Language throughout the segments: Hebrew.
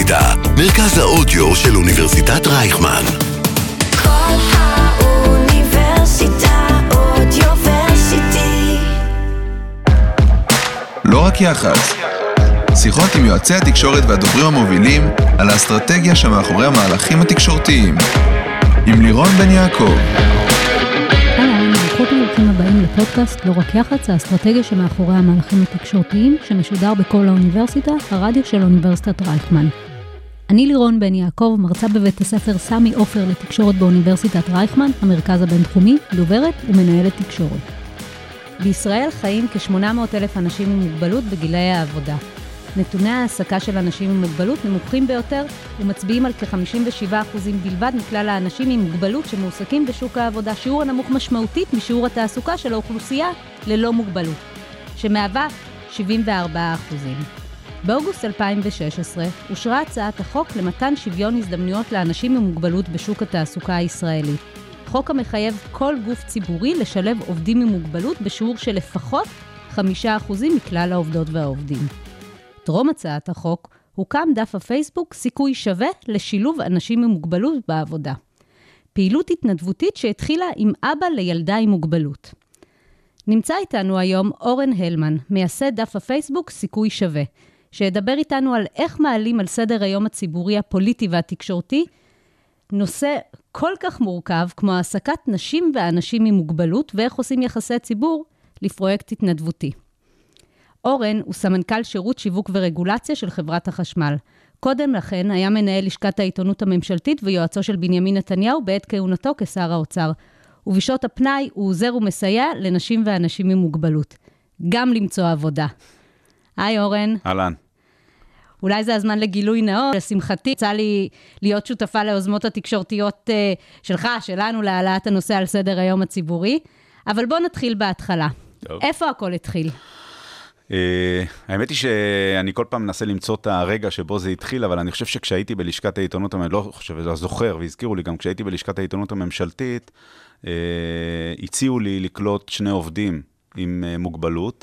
האוניברסיטה, מרכז האודיו של אוניברסיטת רייכמן. כל האוניברסיטה אודיוורסיטי. לא רק יח"צ, שיחות עם יועצי התקשורת והדוברים המובילים על האסטרטגיה שמאחורי המהלכים התקשורתיים. עם לירון בן יעקב. ברוכות וברוכים הבאים לפודקאסט לא רק יח"צ, האסטרטגיה שמאחורי המהלכים התקשורתיים, שמשודר בכל האוניברסיטה, הרדיו של אוניברסיטת רייכמן. אני לירון בן יעקב, מרצה בבית הספר סמי עופר לתקשורת באוניברסיטת רייכמן, המרכז הבינתחומי, דוברת ומנהלת תקשורת. בישראל חיים כ-800,000 אנשים עם מוגבלות בגילי העבודה. נתוני ההעסקה של אנשים עם מוגבלות נמוכים ביותר ומצביעים על כ-57% בלבד מכלל האנשים עם מוגבלות שמועסקים בשוק העבודה, שיעור הנמוך משמעותית משיעור התעסוקה של האוכלוסייה ללא מוגבלות, שמהווה 74%. באוגוסט 2016 אושרה הצעת החוק למתן שוויון הזדמנויות לאנשים עם מוגבלות בשוק התעסוקה הישראלי. חוק המחייב כל גוף ציבורי לשלב עובדים עם מוגבלות בשיעור של לפחות 5% מכלל העובדות והעובדים. טרום הצעת החוק הוקם דף הפייסבוק סיכוי שווה לשילוב אנשים עם מוגבלות בעבודה. פעילות התנדבותית שהתחילה עם אבא לילדה עם מוגבלות. נמצא איתנו היום אורן הלמן, מייסד דף הפייסבוק סיכוי שווה, שידבר איתנו על איך מעלים על סדר היום הציבורי, הפוליטי והתקשורתי, נושא כל כך מורכב כמו העסקת נשים ואנשים עם מוגבלות, ואיך עושים יחסי ציבור לפרויקט התנדבותי. אורן הוא סמנכ"ל שירות שיווק ורגולציה של חברת החשמל. קודם לכן היה מנהל לשכת העיתונות הממשלתית ויועצו של בנימין נתניהו בעת כהונתו כשר האוצר. ובשעות הפנאי הוא עוזר ומסייע לנשים ואנשים עם מוגבלות. גם למצוא עבודה. היי אורן. אהלן. אולי זה הזמן לגילוי נאות. לשמחתי, יצא לי להיות שותפה ליוזמות התקשורתיות שלך, שלנו, להעלאת הנושא על סדר היום הציבורי. אבל בוא נתחיל בהתחלה. טוב. איפה הכל התחיל? האמת היא שאני כל פעם מנסה למצוא את הרגע שבו זה התחיל, אבל אני חושב שכשהייתי בלשכת העיתונות, אני לא חושב, אני זוכר, והזכירו לי גם כשהייתי בלשכת העיתונות הממשלתית, הציעו לי לקלוט 2 עובדים עם מוגבלות,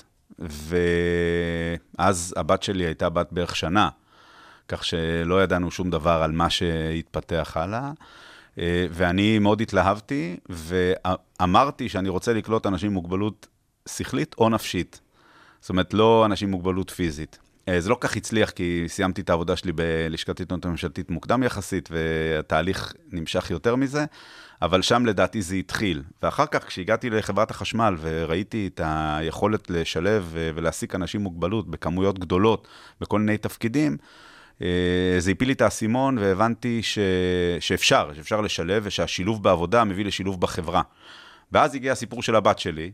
ואז הבת שלי הייתה בת בערך שנה, כך שלא ידענו שום דבר על מה שהתפתח הלאה, ואני מאוד התלהבתי, ואמרתי שאני רוצה לקלוט אנשים עם מוגבלות שכלית או נפשית. זאת אומרת, לא אנשים עם מוגבלות פיזית. זה לא כך הצליח, כי סיימתי את העבודה שלי בלשכת העיתונות הממשלתית מוקדם יחסית, והתהליך נמשך יותר מזה, אבל שם לדעתי זה התחיל. ואחר כך, כשהגעתי לחברת החשמל, וראיתי את היכולת לשלב ולהעסיק אנשים עם מוגבלות בכמויות גדולות, בכל מיני תפקידים, זה הפיל לי את האסימון, והבנתי שאפשר לשלב, ושהשילוב בעבודה מביא לשילוב בחברה. ואז הגיע הסיפור של הבת שלי,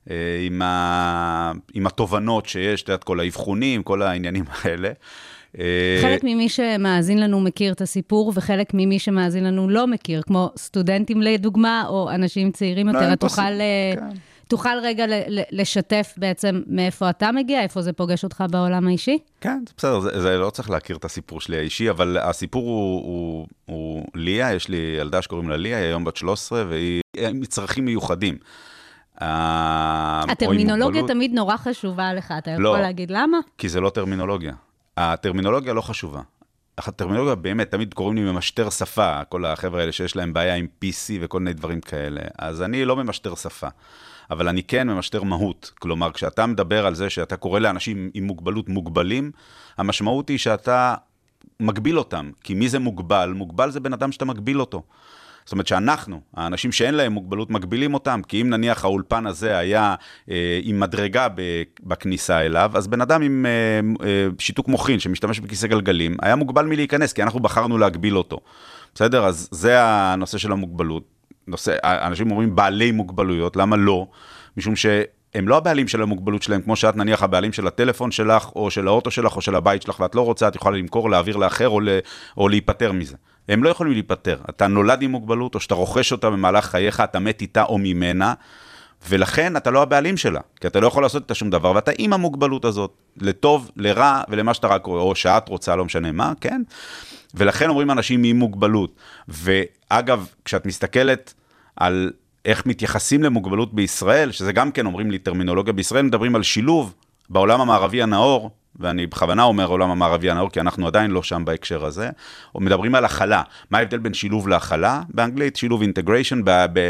עם התובנות שיש, את כל האבחונים, כל העניינים האלה. חלק ממי שמאזין לנו מכיר את הסיפור, וחלק ממי שמאזין לנו לא מכיר, כמו סטודנטים לדוגמה, או אנשים צעירים יותר. תוכל רגע לשתף בעצם מאיפה אתה מגיע, איפה זה פוגש אותך בעולם האישי? כן, בסדר, זה לא צריך להכיר את הסיפור שלי האישי, אבל הסיפור הוא ליה, יש לי ילדה שקוראים לה ליה, היא היום בת 13, והיא מצרכים מיוחדים. הטרמינולוגיה תמיד נורא חשובה לך, אתה יכול להגיד למה? כי זה לא טרמינולוגיה. הטרמינולוגיה לא חשובה. הטרמינולוגיה באמת, תמיד קוראים לי ממשטר שפה, כל החבר'ה האלה שיש להם בעיה עם PC וכל מיני דברים כאלה. אז אני לא ממשטר שפה, אבל אני כן ממשטר מהות. כלומר, כשאתה מדבר על זה שאתה קורא לאנשים עם מוגבלות מוגבלים, המשמעות היא שאתה מגביל אותם. כי מי זה מוגבל? מוגבל זה בן אדם שאתה מגביל אותו. זאת אומרת שאנחנו, האנשים שאין להם מוגבלות, מגבילים אותם, כי אם נניח האולפן הזה היה עם מדרגה בכניסה אליו, אז בן אדם עם שיתוק מוחין שמשתמש בכיסא גלגלים, היה מוגבל מלהיכנס, כי אנחנו בחרנו להגביל אותו. בסדר? אז זה הנושא של המוגבלות. אנשים אומרים בעלי מוגבלויות, למה לא? משום שהם לא הבעלים של המוגבלות שלהם, כמו שאת נניח הבעלים של הטלפון שלך, או של האוטו שלך, או של הבית שלך, ואת לא רוצה, את יכולה למכור, להעביר לאחר, או להיפטר מזה. הם לא יכולים להיפטר. אתה נולד עם מוגבלות, או שאתה רוכש אותה במהלך חייך, אתה מת איתה או ממנה, ולכן אתה לא הבעלים שלה, כי אתה לא יכול לעשות איתה שום דבר, ואתה עם המוגבלות הזאת, לטוב, לרע, ולמה שאתה רק רואה, או שאת רוצה, לא משנה מה, כן? ולכן אומרים אנשים עם מוגבלות. ואגב, כשאת מסתכלת על איך מתייחסים למוגבלות בישראל, שזה גם כן אומרים לי טרמינולוגיה בישראל, מדברים על שילוב בעולם המערבי הנאור, ואני בכוונה אומר העולם המערבי הנאור, כי אנחנו עדיין לא שם בהקשר הזה, או מדברים על הכלה. מה ההבדל בין שילוב להכלה? באנגלית שילוב integration,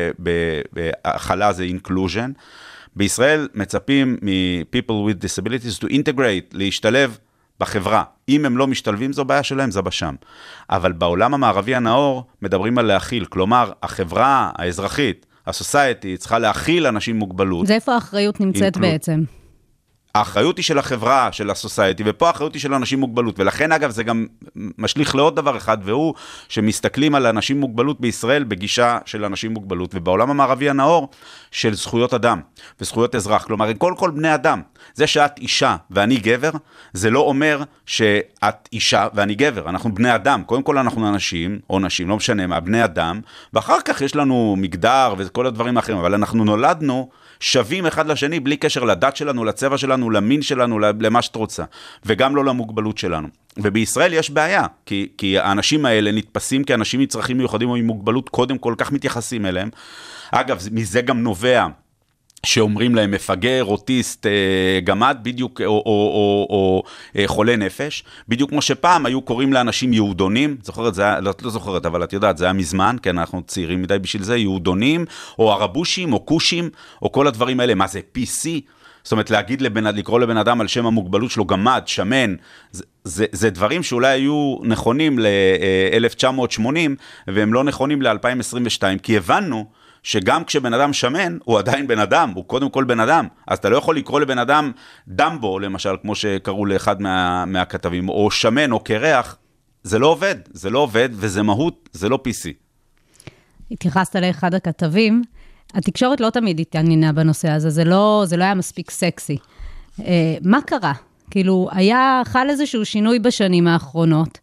בהכלה זה inclusion. בישראל מצפים מ-people with disabilities to integrate, להשתלב בחברה. אם הם לא משתלבים, זו בעיה שלהם, זה בשם. אבל בעולם המערבי הנאור מדברים על להכיל, כלומר, החברה האזרחית, הסוסייטי, צריכה להכיל אנשים עם מוגבלות. זה איפה האחריות נמצאת בעצם? האחריות היא של החברה, של הסוסייטי, ופה האחריות היא של אנשים עם מוגבלות, ולכן אגב זה גם משליך לעוד דבר אחד, והוא שמסתכלים על אנשים עם מוגבלות בישראל בגישה של אנשים עם מוגבלות, ובעולם המערבי הנאור של זכויות אדם וזכויות אזרח, כלומר כל בני אדם, זה שאת אישה ואני גבר, זה לא אומר שאת אישה ואני גבר, אנחנו בני אדם, קודם כל אנחנו אנשים, או נשים, לא משנה מה, בני אדם, ואחר כך יש לנו מגדר וכל הדברים האחרים, אבל אנחנו נולדנו שווים אחד לשני, בלי קשר לדת שלנו, לצבע שלנו, למין שלנו, למה שאת רוצה, וגם לא למוגבלות שלנו. ובישראל יש בעיה, כי האנשים האלה נתפסים כאנשים עם צרכים מיוחדים או עם מוגבלות, קודם כל כך מתייחסים אליהם. אגב, מזה גם נובע שאומרים להם מפגר, אוטיסט, גמד, בדיוק, או חולה נפש, בדיוק כמו שפעם היו קוראים לאנשים יהודונים, זוכרת, זה היה, לא זוכרת, אבל את יודעת, זה היה מזמן, כן, אנחנו צעירים מדי בשביל זה, יהודונים, או ערבושים, או קושים, או כל הדברים האלה, מה זה, PC? זאת אומרת, לקרוא לבן אדם על שם המוגבלות שלו, גמד, שמן, זה דברים שאולי היו נכונים ל-1980, והם לא נכונים ל-2022, כי הבנו שגם כשבן אדם שמן, הוא עדיין בן אדם, הוא קודם כל בן אדם, אז אתה לא יכול לקרוא לבן אדם דמבו, למשל, כמו שקראו לאחד מהכתבים, או שמן, או קרח, זה לא עובד, וזה מהות, זה לא PC. התייחסת לאחד הכתבים, התקשורת לא תמיד התעניינה בנושא הזה, זה לא היה מספיק סקסי. מה קרה? כאילו, חל איזשהו שינוי בשנים האחרונות,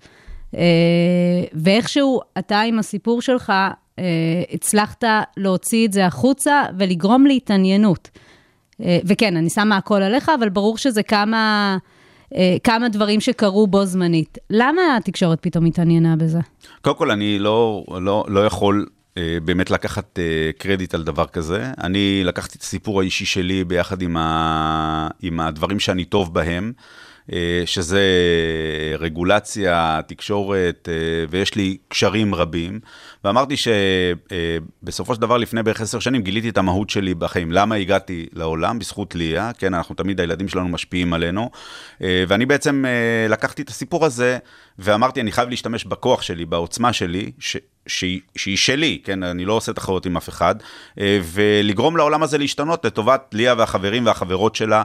ואיכשהו אתה עם הסיפור שלך, הצלחת להוציא את זה החוצה ולגרום להתעניינות. וכן, אני שמה הכל עליך, אבל ברור שזה כמה דברים שקרו בו זמנית. למה התקשורת פתאום התעניינה בזה? קודם כל, אני לא יכול באמת לקחת קרדיט על דבר כזה. אני לקחתי את הסיפור האישי שלי ביחד עם הדברים שאני טוב בהם, שזה רגולציה, תקשורת, ויש לי קשרים רבים, ואמרתי שבסופו של דבר לפני בערך 10 שנים גיליתי את המהות שלי בחיים. למה הגעתי לעולם? בזכות ליה, כן, אנחנו תמיד, הילדים שלנו משפיעים עלינו, ואני בעצם לקחתי את הסיפור הזה, ואמרתי, אני חייב להשתמש בכוח שלי, בעוצמה שלי, שהיא שלי, כן, אני לא עושה תחרות עם אף אחד, ולגרום לעולם הזה להשתנות לטובת ליה והחברים והחברות שלה,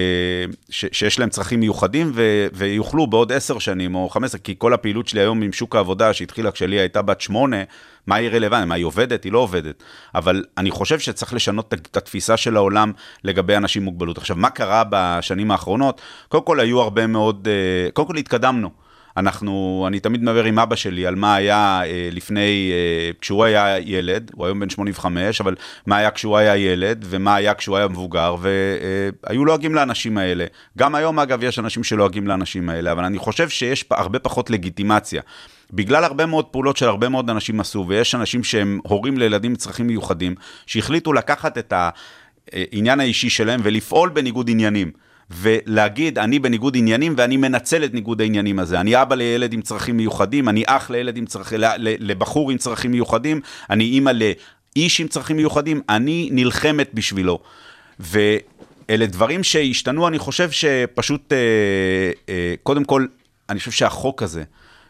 שיש להם צרכים מיוחדים, ויוכלו בעוד 10 שנים או 15, כי כל הפעילות שלי היום עם שוק העבודה, שהתחילה כשליה הייתה בת 8, מה היא רלוונטית? מה היא עובדת? היא לא עובדת. אבל אני חושב שצריך לשנות את התפיסה של העולם לגבי אנשים עם מוגבלות. עכשיו, מה קרה בשנים האחרונות? קודם כל היו הרבה מאוד, קודם כל התקדמנו. אני תמיד מדבר עם אבא שלי על מה היה לפני, כשהוא היה ילד, הוא היום בן 85, אבל מה היה כשהוא היה ילד, ומה היה כשהוא היה מבוגר, והיו לועגים לאנשים האלה. גם היום, אגב, יש אנשים שלועגים לאנשים האלה, אבל אני חושב שיש הרבה פחות לגיטימציה. בגלל הרבה מאוד פעולות של הרבה מאוד אנשים עשו, ויש אנשים שהם הורים לילדים עם צרכים מיוחדים, שהחליטו לקחת את העניין האישי שלהם ולפעול בניגוד עניינים. ולהגיד, אני בניגוד עניינים, ואני מנצל את ניגוד העניינים הזה. אני אבא לילד עם צרכים מיוחדים, אני אח לילד עם לבחור עם צרכים מיוחדים, אני אימא לאיש עם צרכים מיוחדים, אני נלחמת בשבילו. ואלה דברים שהשתנו, אני חושב שפשוט, קודם כל, אני חושב שהחוק הזה,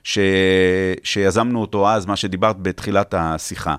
שיזמנו אותו אז, מה שדיברת בתחילת השיחה,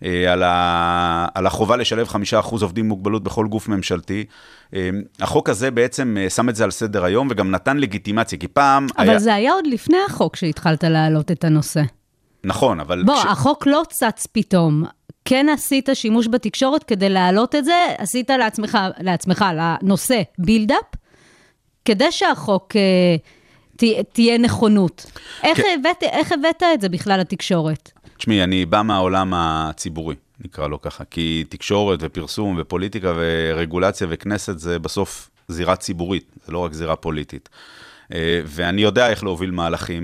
על החובה לשלב 5% עובדים מוגבלות בכל גוף ממשלתי, החוק הזה בעצם שם את זה על סדר היום, וגם נתן לגיטימציה, כי פעם אבל זה היה עוד לפני החוק שהתחלת להעלות את הנושא. נכון, אבל החוק לא צץ פתאום. כן עשית שימוש בתקשורת כדי להעלות את זה, עשית לעצמך, לנושא בילדאפ, כדי שהחוק תהיה נכונות. איך הבאת את זה בכלל לתקשורת? תשמעי, אני בא מהעולם הציבורי, נקרא לו ככה, כי תקשורת ופרסום ופוליטיקה ורגולציה וכנסת זה בסוף זירה ציבורית, זה לא רק זירה פוליטית. ואני יודע איך להוביל מהלכים.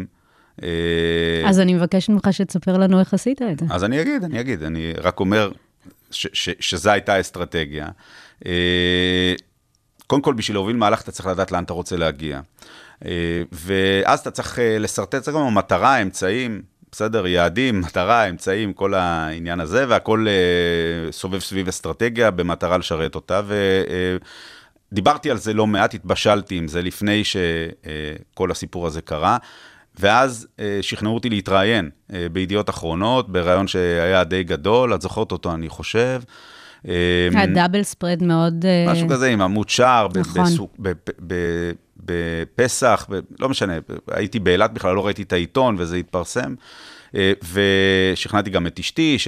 אז אני מבקש ממך שתספר לנו איך עשית את זה. אז אני אגיד, אני רק אומר שזו הייתה האסטרטגיה. קודם כל, בשביל להוביל מהלך, אתה צריך לדעת לאן אתה רוצה להגיע. ואז אתה צריך לסרטט, זה גם מטרה, אמצעים, בסדר, יעדים, מטרה, אמצעים, כל העניין הזה, והכל סובב סביב אסטרטגיה, במטרה לשרת אותה, דיברתי על זה לא מעט, התבשלתי עם זה לפני שכל הסיפור הזה קרה, ואז שכנעו אותי להתראיין בידיעות אחרונות, ברעיון שהיה די גדול, את זוכרת אותו אני חושב. הדאבל ספרד מאוד... משהו כזה עם עמוד שער, נכון. בפסח, לא משנה, הייתי באילת בכלל, לא ראיתי את העיתון וזה התפרסם, ושכנעתי גם את אשתי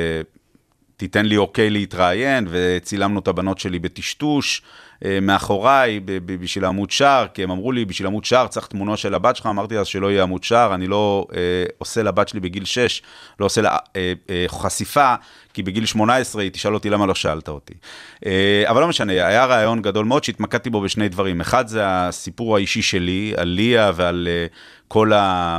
שתיתן לי אוקיי להתראיין, וצילמנו את הבנות שלי בטשטוש, מאחוריי, בשביל עמוד שער, כי הם אמרו לי, בשביל עמוד שער צריך תמונו של הבת שלך, אמרתי אז שלא יהיה עמוד שער, אני לא עושה לבת שלי בגיל 6, לא עושה לה חשיפה, כי בגיל 18 היא תשאל אותי למה לא שאלת אותי. אבל לא משנה, היה רעיון גדול מאוד שהתמקדתי בו בשני דברים. אחד זה הסיפור האישי שלי, על ליה ועל כל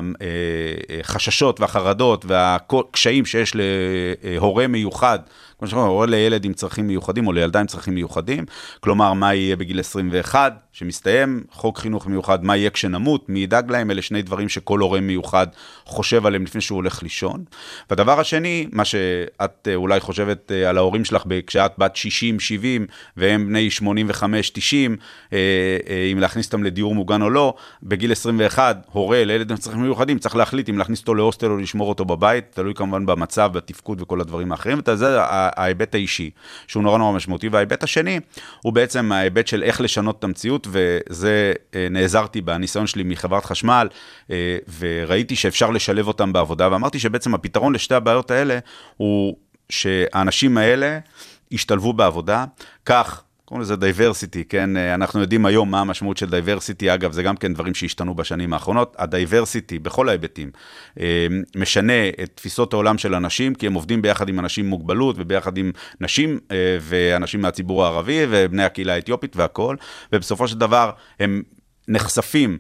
החששות והחרדות והקשיים שיש להורה מיוחד, כמו שאומרים, הורה לילד עם צרכים מיוחדים או לילדה עם צרכים מיוחדים, כלומר, מה יהיה בגיל 21, שמסתיים, חוק חינוך מיוחד, מה יהיה כשנמות, מי ידאג להם, אלה שני דברים שכל הורה מיוחד חושב עליהם לפני שהוא הולך לישון. והדבר השני, מה שאת אולי חושבת על ההורים שלך, כשאת בת 60, 70, והם בני 85, 90, אם להכניס אותם לדיור מוגן או לא, בגיל 21, הורה לילד עם צרכים מיוחדים, צריך להחליט אם להכניס אותו להוסטל או לשמור אותו בבית, תלוי כמובן במצב, בתפקוד וכל הדברים האחרים, וזה ההיבט האישי, שהוא נורא נורא משמעותי, וההיבט השני, הוא בעצם ההיבט של איך לשנות את המציאות, וזה נעזרתי בניסיון שלי מחברת חשמל, וראיתי שאפשר לשלב אותם בעבודה, ואמרתי שבעצם הפתרון לשתי הבעיות האלה, הוא שהאנשים האלה ישתלבו בעבודה, כך, קוראים לזה דייברסיטי, כן? אנחנו יודעים היום מה המשמעות של דייברסיטי, אגב, זה גם כן דברים שהשתנו בשנים האחרונות, הדייברסיטי בכל ההיבטים, משנה את תפיסות העולם של אנשים, כי הם עובדים ביחד עם אנשים עם מוגבלות, וביחד עם נשים, ואנשים מהציבור הערבי, ובני הקהילה האתיופית והכל, ובסופו של דבר הם נחשפים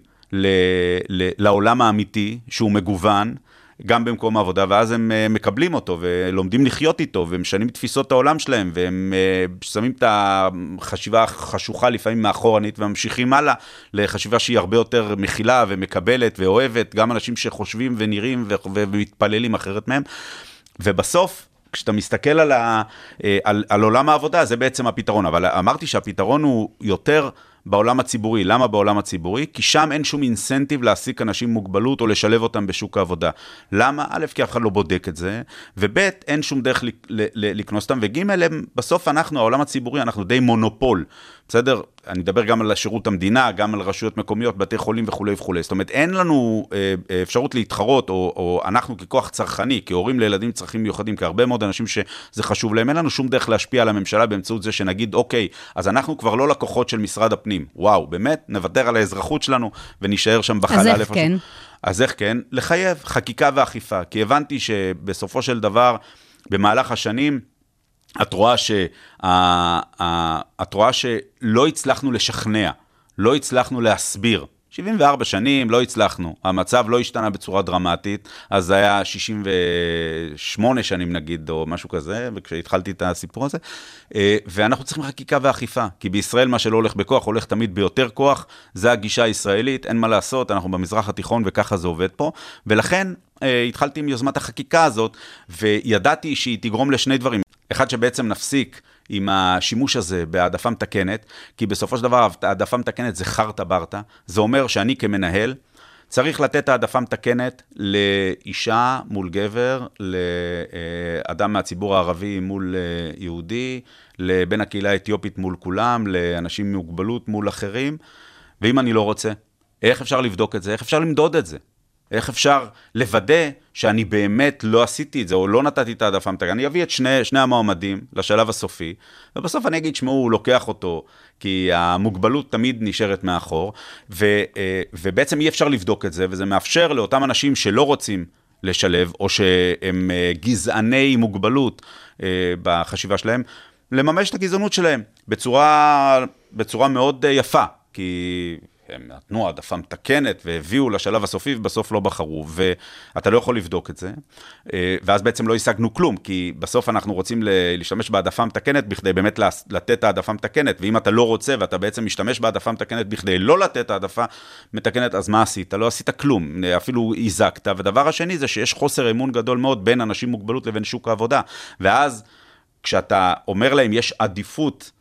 לעולם האמיתי, שהוא מגוון, גם במקום העבודה, ואז הם מקבלים אותו, ולומדים לחיות איתו, ומשנים תפיסות העולם שלהם, והם שמים את החשיבה החשוכה לפעמים מאחורנית, וממשיכים הלאה לחשיבה שהיא הרבה יותר מכילה, ומקבלת, ואוהבת, גם אנשים שחושבים ונראים, ומתפללים אחרת מהם, ובסוף, כשאתה מסתכל על עולם העבודה, זה בעצם הפתרון, אבל אמרתי שהפתרון הוא יותר בעולם הציבורי. למה בעולם הציבורי? כי שם אין שום אינסנטיב להעסיק אנשים עם מוגבלות או לשלב אותם בשוק העבודה. למה? א', כי אף אחד לא בודק את זה, וב', אין שום דרך לקנוס אותם, וג', בסוף אנחנו, העולם הציבורי, אנחנו די מונופול. בסדר? אני מדבר גם על שירות המדינה, גם על רשויות מקומיות, בתי חולים וכו' וכו'. זאת אומרת, אין לנו אפשרות להתחרות, או אנחנו ככוח צרכני, כהורים לילדים צרכים מיוחדים, כהרבה מאוד אנשים שזה חשוב להם, אין לנו שום דרך להשפיע על הממשלה באמצעות זה שנגיד, אוקיי, אז אנחנו כבר לא לקוחות של משרד הפנים. וואו, באמת, נוותר על האזרחות שלנו, ונשאר שם בחלל. אז איך כן? אז איך כן? לחייב חקיקה ואכיפה, כי הבנתי שבסופו של דבר, במהלך השנים, את רואה שלא הצלחנו לשכנע, לא הצלחנו להסביר. 74 שנים לא הצלחנו, המצב לא השתנה בצורה דרמטית, אז זה היה 68 שנים נגיד, או משהו כזה, וכשהתחלתי את הסיפור הזה, ואנחנו צריכים חקיקה ואכיפה, כי בישראל מה שלא הולך בכוח, הולך תמיד ביותר כוח, זה הגישה הישראלית, אין מה לעשות, אנחנו במזרח התיכון וככה זה עובד פה, ולכן התחלתי עם יוזמת החקיקה הזאת, וידעתי שהיא תגרום לשני דברים, אחד שבעצם נפסיק עם השימוש הזה בהעדפה מתקנת, כי בסופו של דבר העדפה מתקנת זה חרטה ברטה, זה אומר שאני כמנהל צריך לתת העדפה מתקנת לאישה מול גבר, לאדם מהציבור הערבי מול יהודי, לבן הקהילה האתיופית מול כולם, לאנשים עם מוגבלות מול אחרים, ואם אני לא רוצה, איך אפשר לבדוק את זה? איך אפשר למדוד את זה? איך אפשר לוודא שאני באמת לא עשיתי את זה, או לא נתתי את העדפה מתקנת? אני אביא את שני המועמדים לשלב הסופי, ובסוף אני אגיד, שמו, הוא לוקח אותו, כי המוגבלות תמיד נשארת מאחור, ובעצם אי אפשר לבדוק את זה, וזה מאפשר לאותם אנשים שלא רוצים לשלב, או שהם גזעני מוגבלות בחשיבה שלהם, לממש את הגזענות שלהם בצורה מאוד יפה, כי הם נתנו העדפה מתקנת והביאו לשלב הסופי ובסוף לא בחרו, ואתה לא יכול לבדוק את זה, ואז בעצם לא השגנו כלום, כי בסוף אנחנו רוצים להשתמש בהעדפה מתקנת בכדי באמת לתת העדפה מתקנת, ואם אתה לא רוצה ואתה בעצם משתמש בהעדפה מתקנת בכדי לא לתת העדפה מתקנת, אז מה עשית? לא עשית כלום, אפילו הזקת, ודבר השני זה שיש חוסר אמון גדול מאוד בין אנשים מוגבלות לבין שוק העבודה, ואז כשאתה אומר להם יש עדיפות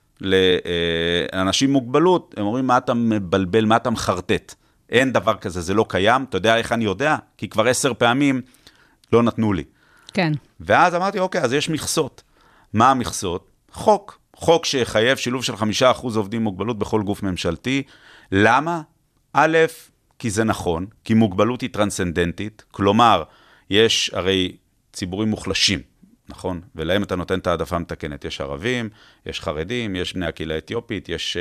לאנשים מוגבלות, הם אומרים מה אתה מבלבל, מה אתה מחרטט, אין דבר כזה, זה לא קיים, אתה יודע איך אני יודע? כי כבר 10 פעמים לא נתנו לי. כן. ואז אמרתי, אוקיי, אז יש מכסות. מה המכסות? חוק שיחייב שילוב של 5% עובדים מוגבלות בכל גוף ממשלתי. למה? א', כי זה נכון, כי מוגבלות היא טרנסצנדנטית, כלומר, יש הרי ציבורים מוחלשים, נכון? ולהם אתה נותן את העדפה מתקנת. יש ערבים, יש חרדים, יש בני הקהילה האתיופית, יש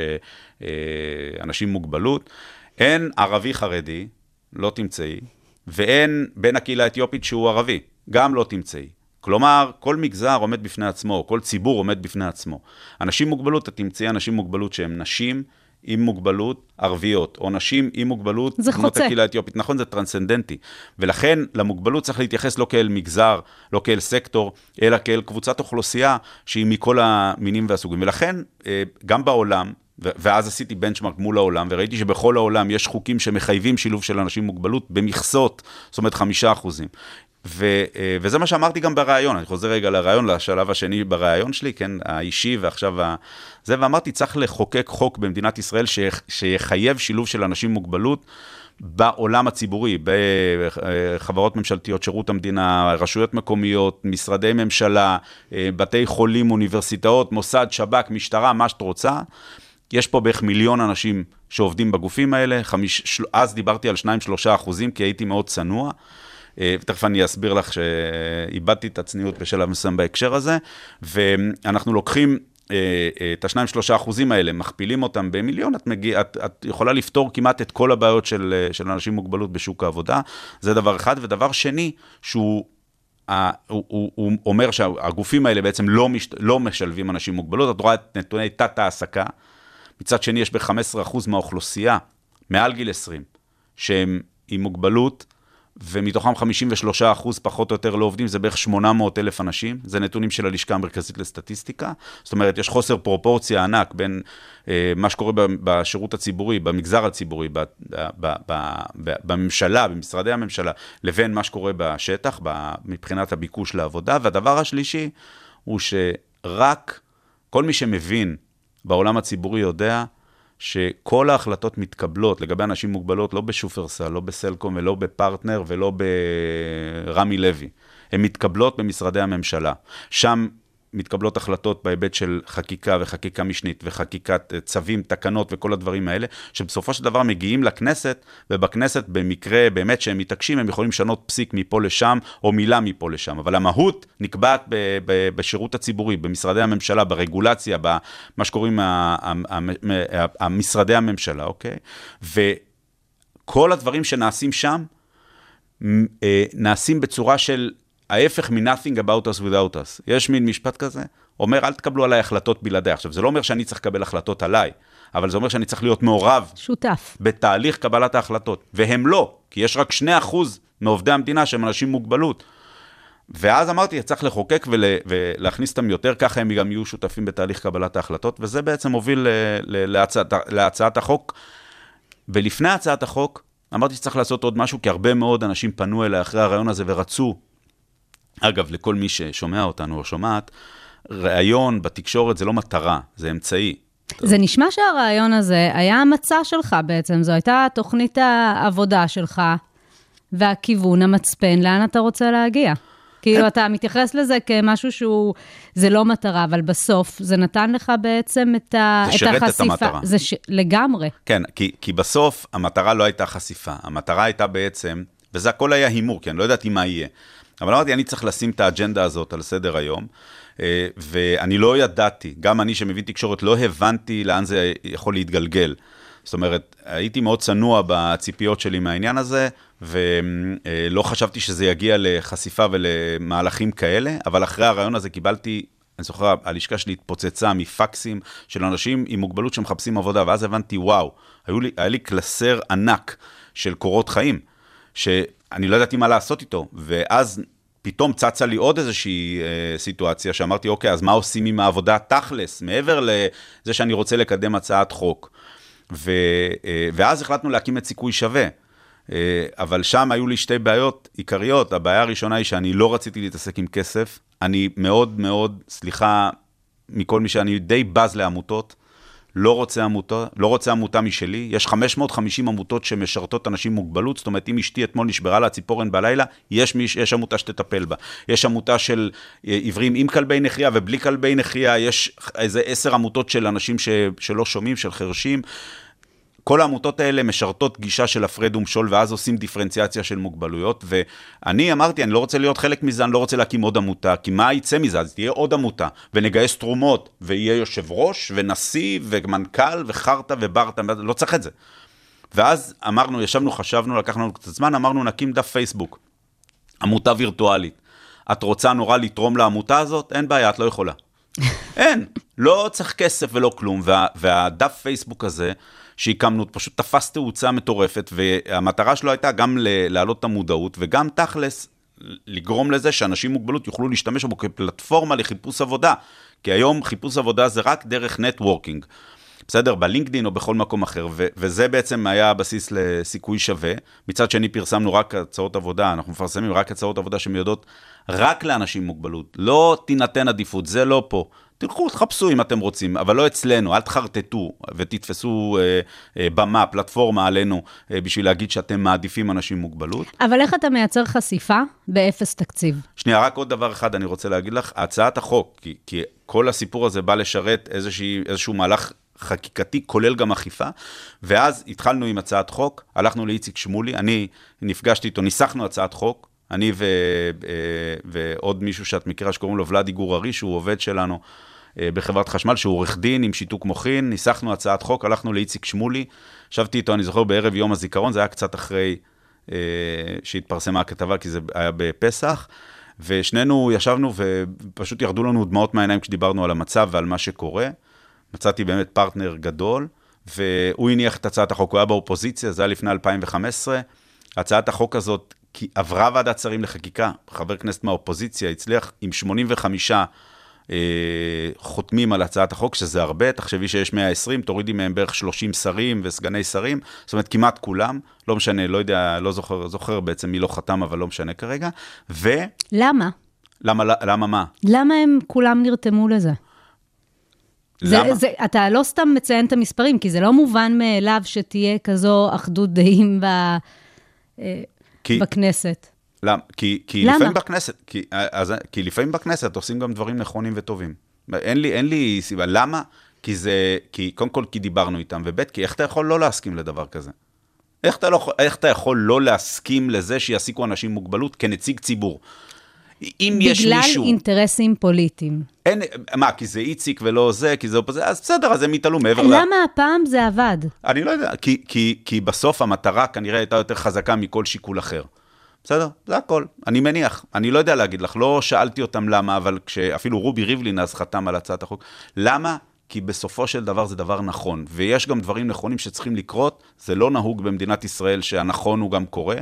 אנשים מוגבלות. אין ערבי חרדי, לא תמצאי, ואין בן הקהילה האתיופית שהוא ערבי, גם לא תמצאי. כלומר, כל מגזר עומד בפני עצמו, כל ציבור עומד בפני עצמו. אנשים מוגבלות, אתה תמצאי אנשים מוגבלות שהם נשים עם מוגבלות ערביות, או נשים עם מוגבלות בנות הקהילה האתיופית. נכון, זה טרנסצנדנטי. ולכן למוגבלות צריך להתייחס לא כאל מגזר, לא כאל סקטור, אלא כאל קבוצת אוכלוסייה שהיא מכל המינים והסוגים. ולכן, גם בעולם, ואז עשיתי בנצ'מרק מול העולם, וראיתי שבכל העולם יש חוקים שמחייבים שילוב של אנשים מוגבלות במכסות, זאת אומרת 5%. וזה מה שאמרתי גם ברעיון, אני חוזר רגע לרעיון, לשלב השני ברעיון שלי, כן, האישי ועכשיו זה, ואמרתי, צריך לחוקק חוק במדינת ישראל שיחייב שילוב של אנשים מוגבלות בעולם הציבורי, בחברות ממשלתיות, שירות המדינה, רשויות מקומיות, משרדי ממשלה, בתי חולים, אוניברסיטאות, מוסד, שב"כ, משטרה, מה שאת רוצה. יש פה בערך 1,000,000 אנשים שעובדים בגופים האלה, אז דיברתי על 2-3%, כי הייתי מאוד צנוע, ותכף אני אסביר לך שאיבדתי את הצניעות בשלב מסוים בהקשר הזה, ואנחנו לוקחים את ה2-3% האלה, מכפילים אותם ב1,000,000, את יכולה לפתור כמעט את כל הבעיות של אנשים מוגבלות בשוק העבודה, זה דבר אחד, ודבר שני, שהוא אומר שהגופים האלה בעצם לא משלבים אנשים מוגבלות, את רואה את נתוני תת העסקה, מצד שני יש ב-15% מהאוכלוסייה, מעל גיל 20, שהם עם מוגבלות, ומתוכם 53% פחות או יותר לא עובדים, זה בערך 800,000 אנשים, זה נתונים של הלשכה המרכזית לסטטיסטיקה, זאת אומרת, יש חוסר פרופורציה ענק בין מה שקורה בשירות הציבורי, במגזר הציבורי, בממשלה, במשרדי הממשלה, לבין מה שקורה בשטח, מבחינת הביקוש לעבודה, והדבר השלישי הוא שרק כל מי שמבין בעולם הציבורי יודע שכל ההחלטות מתקבלות לגבי אנשים מוגבלות, לא בשופרסל, לא בסלקום, ולא בפרטנר, ולא ברמי לוי. הן מתקבלות במשרדי הממשלה. שם מתקבלות החלטות בהיבט של חקיקה וחקיקה משנית, וחקיקת צווים, תקנות וכל הדברים האלה, שבסופו של דבר מגיעים לכנסת, ובכנסת במקרה באמת שהם מתעקשים, הם יכולים לשנות פסיק מפה לשם, או מילה מפה לשם. אבל המהות נקבעת בשירות הציבורי, במשרדי הממשלה, ברגולציה, במה שקוראים המשרדי הממשלה, אוקיי? וכל הדברים שנעשים שם, נעשים בצורה של ההפך מ-nothing about us without us. יש מין משפט כזה, אומר, אל תקבלו עליי החלטות בלעדיי. עכשיו, זה לא אומר שאני צריך לקבל החלטות עליי, אבל זה אומר שאני צריך להיות מעורב. שותף. בתהליך קבלת ההחלטות. והם לא, כי יש רק 2% מעובדי המדינה שהם אנשים מוגבלות. ואז אמרתי, צריך לחוקק ולהכניס אותם יותר, ככה הם גם יהיו שותפים בתהליך קבלת ההחלטות, וזה בעצם הוביל להצעת החוק. ולפני הצעת החוק, אמרתי שצריך לעשות עוד משהו, כי הרבה מאוד אנשים פנו אליי אחרי הרעיון הזה ורצו, אגב, לכל מי ששומע אותנו או שומעת, רעיון בתקשורת זה לא מטרה, זה אמצעי. זה נשמע שהרעיון הזה היה המצע שלך בעצם, זו הייתה תוכנית העבודה שלך, והכיוון, המצפן, לאן אתה רוצה להגיע? כאילו אתה מתייחס לזה כמשהו שהוא, זה לא מטרה, אבל בסוף זה נתן לך בעצם את החשיפה. זה שרת את המטרה. לגמרי. כן, כי בסוף המטרה לא הייתה חשיפה, המטרה הייתה בעצם, וזה הכל היה הימור, כי אני לא ידעתי מה יהיה. אבל אמרתי, אני צריך לשים את האג'נדה הזאת על סדר היום, ואני לא ידעתי, גם אני שמביא תקשורת, לא הבנתי לאן זה יכול להתגלגל. זאת אומרת, הייתי מאוד צנוע בציפיות שלי מהעניין הזה, ולא חשבתי שזה יגיע לחשיפה ולמהלכים כאלה, אבל אחרי הרעיון הזה קיבלתי אני זוכר, הלשכה שלי התפוצצה מפקסים של אנשים עם מוגבלות שמחפשים עבודה, ואז הבנתי, וואו, היה לי קלסר ענק של קורות חיים, שאני לא ידעתי מה לעשות איתו, ואז פתאום צצה לי עוד איזושהי סיטואציה, שאמרתי, אוקיי, אז מה עושים עם העבודה תכלס, מעבר לזה שאני רוצה לקדם הצעת חוק, ואז החלטנו להקים את סיכוי שווה, אבל שם היו לי שתי בעיות עיקריות. הבעיה הראשונה היא שאני לא רציתי להתעסק עם כסף, אני מאוד מאוד, סליחה מכל מי שאני די בז לעמותות, לא רוצה עמותה משלי, יש 550 עמותות שמשרתות אנשים מוגבלות, זאת אומרת, אם אשתי אתמול נשברה לה ציפורן בלילה, יש עמותה שתטפל בה. יש עמותה של עיוורים עם כלבי נחייה ובלי כלבי נחייה, יש איזה 10 עמותות של אנשים שלא שומעים, של חרשים. כל העמותות האלה משרתות גישה של הפרד ומשול, ואז עושים דיפרנציאציה של מוגבלויות, ואני אמרתי, אני לא רוצה להיות חלק מזה, אני לא רוצה להקים עוד עמותה, כי מה יצא מזה? אז תהיה עוד עמותה, ונגייס תרומות, ויהיה יושב ראש, ונשיא, ומנכ"ל, וחרטה, וברטה, לא צריך את זה. ואז אמרנו, ישבנו, חשבנו, לקחנו לנו קצת זמן, אמרנו, נקים דף פייסבוק, עמותה וירטואלית. את רוצה נורא לתרום לעמותה הזאת? אין בעיה, את לא יכולה. אין, לא צריך כסף ולא כלום, והדף פייסבוק הזה, שהקמנו, פשוט תפס תאוצה מטורפת, והמטרה שלו הייתה גם להעלות את המודעות, וגם תכלס לגרום לזה שאנשים מוגבלות יוכלו להשתמש בו כפלטפורמה לחיפוש עבודה, כי היום חיפוש עבודה זה רק דרך נטוורקינג, בסדר? בלינקדין או בכל מקום אחר, וזה בעצם היה הבסיס לסיכוי שווה. מצד שני פרסמנו רק הצעות עבודה, אנחנו מפרסמים רק הצעות עבודה שמיועדות רק לאנשים מוגבלות, לא תינתן עדיפות, זה לא פה. תלכו, תחפשו אם אתם רוצים, אבל לא אצלנו, אל תחרטטו ותתפסו במה, פלטפורמה עלינו, בשביל להגיד שאתם מעדיפים אנשים מוגבלות. אבל איך אתה מייצר חשיפה באפס תקציב? שנייה, רק עוד דבר אחד אני רוצה להגיד לך, הצעת החוק, כי כל הסיפור הזה בא לשרת איזשהו מהלך חקיקתי, כולל גם אכיפה, ואז התחלנו עם הצעת חוק, הלכנו לאיציק שמולי, אני נפגשתי איתו, ניסחנו הצעת חוק, אני ועוד מישהו שאת מכירה שקוראים לו ולדי גוררי, שהוא עובד שלנו בחברת חשמל, שהוא עורך דין עם שיתוק מוחין, ניסחנו הצעת חוק, הלכנו לאיציק שמולי, שבתי איתו, אני זוכר בערב יום הזיכרון, זה היה קצת אחרי שהתפרסמה הכתבה, כי זה היה בפסח, ושנינו ישבנו ופשוט ירדו לנו דמעות מהעיניים כשדיברנו על המצב ועל מה שקורה, מצאתי באמת פרטנר גדול, והוא הניח את הצעת החוק, הוא היה באופוזיציה, זה היה לפני 2015, הצעת החוק הזאת עברה ועדת שרים לחקיקה, חבר כנסת מהאופוזיציה הצליח עם 85 חותמים על הצעת החוק, שזה הרבה, תחשבי שיש 120, תורידי מהם בערך 30 שרים וסגני שרים, זאת אומרת כמעט כולם, לא משנה, לא יודע, לא זוכר בעצם מי לא חתם, אבל לא משנה כרגע, למה? למה מה? למה הם כולם נרתמו לזה? אתה לא סתם מציין את המספרים, כי זה לא מובן מאליו שתהיה כזו אחדות דעים בכנסת. למה? כי לפעמים בכנסת, כי לפעמים בכנסת עושים גם דברים נכונים וטובים. אין לי סיבה. למה? כי קודם כל כי דיברנו איתם, ובית, כי איך אתה יכול לא להסכים לדבר כזה? איך אתה יכול לא להסכים לזה שיעסיקו אנשים מוגבלות כנציג ציבור? בגלל אינטרסים פוליטיים. מה, כי זה איציק ולא זה, כי זה אופוזיציה, אז בסדר, אז הם יתעלו מעבר למה הפעם זה עבד? אני לא יודע, כי בסוף המטרה כנראה הייתה יותר חזקה מכל שיקול אחר. בסדר? זה הכל. אני מניח. אני לא יודע להגיד לך, לא שאלתי אותם למה, אבל כשאפילו רובי ריבלין אז חתם על הצעת החוק, למה? כי בסופו של דבר זה דבר נכון, ויש גם דברים נכונים שצריכים לקרות, זה לא נהוג במדינת ישראל שהנכון הוא גם קורה.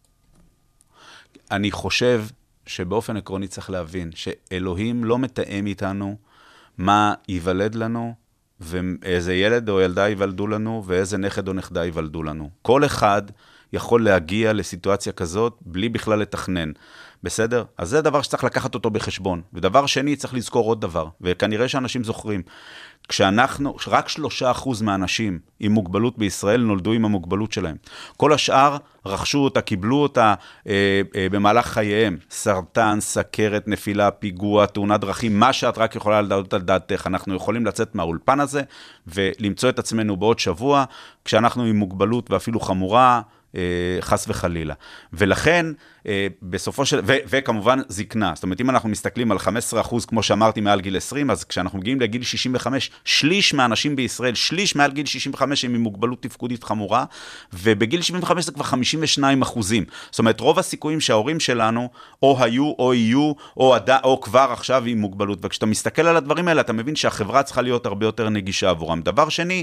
אני חושב שבאופן עקרוני צריך להבין שאלוהים לא מתאם איתנו מה ייוולד לנו, ואיזה ילד או ילדה ייוולדו לנו, ואיזה נכד או נכדה ייוולדו לנו. כל אחד יכול להגיע לסיטואציה כזאת בלי בכלל לתכנן. בסדר? אז זה דבר שצריך לקחת אותו בחשבון. ודבר שני, צריך לזכור עוד דבר, וכנראה שאנשים זוכרים. רק 3% מהאנשים עם מוגבלות בישראל נולדו עם המוגבלות שלהם. כל השאר רכשו אותה, קיבלו אותה במהלך חייהם. סרטן, סכרת, נפילה, פיגוע, תאונת דרכים, מה שאת רק יכולה לדעת על דעתך. אנחנו יכולים לצאת מהאולפן הזה ולמצוא את עצמנו בעוד שבוע, כשאנחנו עם מוגבלות ואפילו חמורה, חס וחלילה. ולכן, בסופו של... וכמובן זקנה. זאת אומרת, אם אנחנו מסתכלים על 15%, כמו שאמרתי, מעל גיל 20, אז כשאנחנו מגיעים לגיל 65, שליש מהאנשים בישראל, שליש מעל גיל 65 הם עם מוגבלות תפקודית חמורה, ובגיל 75 זה כבר 52%. זאת אומרת, רוב הסיכויים שההורים שלנו או היו או יהיו או כבר עכשיו עם מוגבלות. וכשאתה מסתכל על הדברים האלה, אתה מבין שהחברה צריכה להיות הרבה יותר נגישה עבורם. דבר שני,